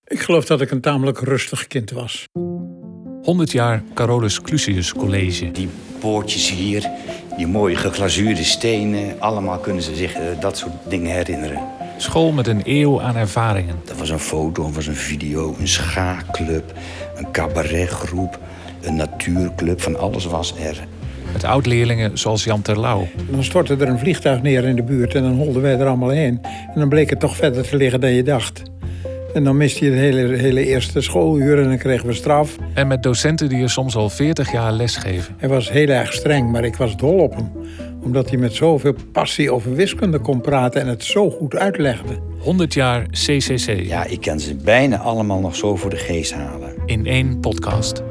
Ik geloof dat ik een tamelijk rustig kind was. 100 jaar Carolus Clusius College. Die poortjes hier, die mooie geglazuurde stenen, allemaal kunnen ze zich dat soort dingen herinneren. School met een eeuw aan ervaringen. Er was een foto, er was een video, een schaakclub, een cabaretgroep, een natuurclub, van alles was er. Met oud-leerlingen zoals Jan Terlouw. Dan stortte er een vliegtuig neer in de buurt en dan holden wij er allemaal heen. En dan bleek het toch verder te liggen dan je dacht. En dan miste je het hele eerste schooluur en dan kregen we straf. En met docenten die er soms al 40 jaar lesgeven. Hij was heel erg streng, maar ik was dol op hem. Omdat hij met zoveel passie over wiskunde kon praten en het zo goed uitlegde. 100 jaar CCC. Ja, ik kan ze bijna allemaal nog zo voor de geest halen. In één podcast.